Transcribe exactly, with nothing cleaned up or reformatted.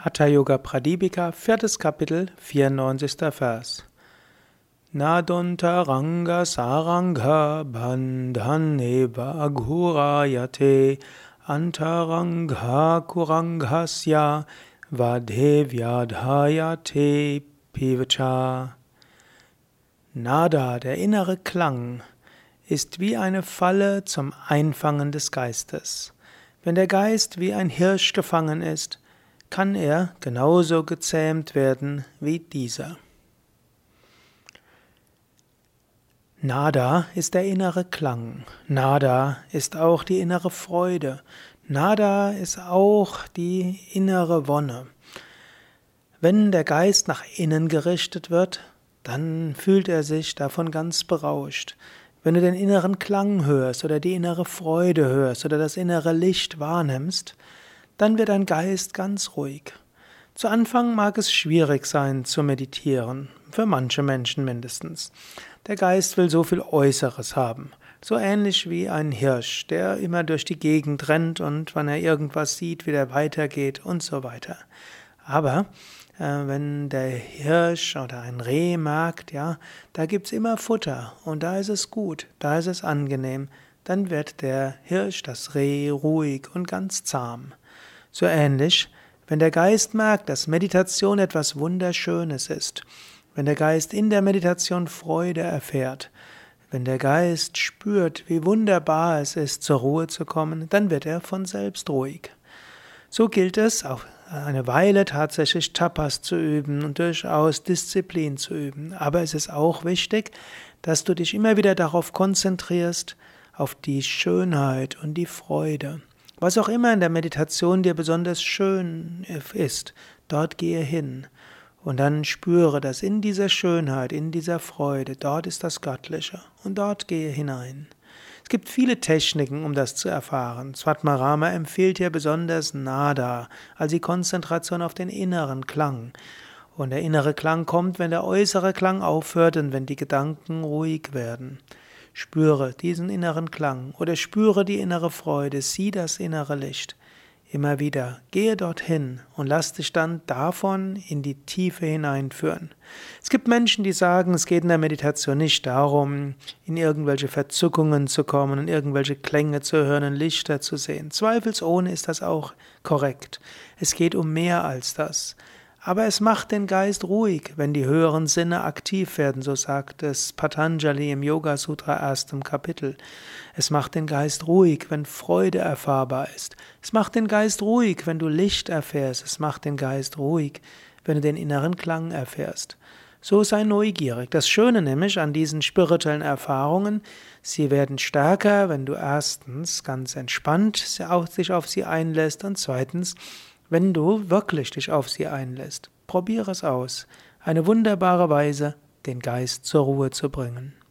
Hatha Yoga Pradipika, viertes Kapitel, vierundneunzigster Vers. Naduntaranga saranga bandhan eva aghurayate antaranga kuranghasya vadhe vyadhayate pivacha. Nada, der innere Klang, ist wie eine Falle zum Einfangen des Geistes. Wenn der Geist wie ein Hirsch gefangen ist, kann er genauso gezähmt werden wie dieser. Nada ist der innere Klang. Nada ist auch die innere Freude. Nada ist auch die innere Wonne. Wenn der Geist nach innen gerichtet wird, dann fühlt er sich davon ganz berauscht. Wenn du den inneren Klang hörst oder die innere Freude hörst oder das innere Licht wahrnimmst, dann wird dein Geist ganz ruhig. Zu Anfang mag es schwierig sein zu meditieren, für manche Menschen mindestens. Der Geist will so viel Äußeres haben, so ähnlich wie ein Hirsch, der immer durch die Gegend rennt und wenn er irgendwas sieht, wieder weitergeht und so weiter. Aber äh, wenn der Hirsch oder ein Reh merkt, ja, da gibt's immer Futter und da ist es gut, da ist es angenehm, dann wird der Hirsch, das Reh, ruhig und ganz zahm. So ähnlich, wenn der Geist merkt, dass Meditation etwas Wunderschönes ist, wenn der Geist in der Meditation Freude erfährt, wenn der Geist spürt, wie wunderbar es ist, zur Ruhe zu kommen, dann wird er von selbst ruhig. So gilt es, auf eine Weile tatsächlich Tapas zu üben und durchaus Disziplin zu üben. Aber es ist auch wichtig, dass du dich immer wieder darauf konzentrierst, auf die Schönheit und die Freude. Was auch immer in der Meditation dir besonders schön ist, dort gehe hin und dann spüre, dass in dieser Schönheit, in dieser Freude, dort ist das Göttliche und dort gehe hinein. Es gibt viele Techniken, um das zu erfahren. Svatmarama empfiehlt hier besonders Nada, also die Konzentration auf den inneren Klang. Und der innere Klang kommt, wenn der äußere Klang aufhört und wenn die Gedanken ruhig werden. Spüre diesen inneren Klang oder spüre die innere Freude, sieh das innere Licht. Immer wieder, gehe dorthin und lass dich dann davon in die Tiefe hineinführen. Es gibt Menschen, die sagen, es geht in der Meditation nicht darum, in irgendwelche Verzückungen zu kommen und irgendwelche Klänge zu hören und Lichter zu sehen. Zweifelsohne ist das auch korrekt. Es geht um mehr als das. Aber es macht den Geist ruhig, wenn die höheren Sinne aktiv werden, so sagt es Patanjali im Yoga Sutra erstem Kapitel. Es macht den Geist ruhig, wenn Freude erfahrbar ist. Es macht den Geist ruhig, wenn du Licht erfährst. Es macht den Geist ruhig, wenn du den inneren Klang erfährst. So sei neugierig. Das Schöne nämlich an diesen spirituellen Erfahrungen, sie werden stärker, wenn du erstens ganz entspannt sich auf sie einlässt und zweitens, wenn du wirklich dich auf sie einlässt. Probiere es aus. Eine wunderbare Weise, den Geist zur Ruhe zu bringen.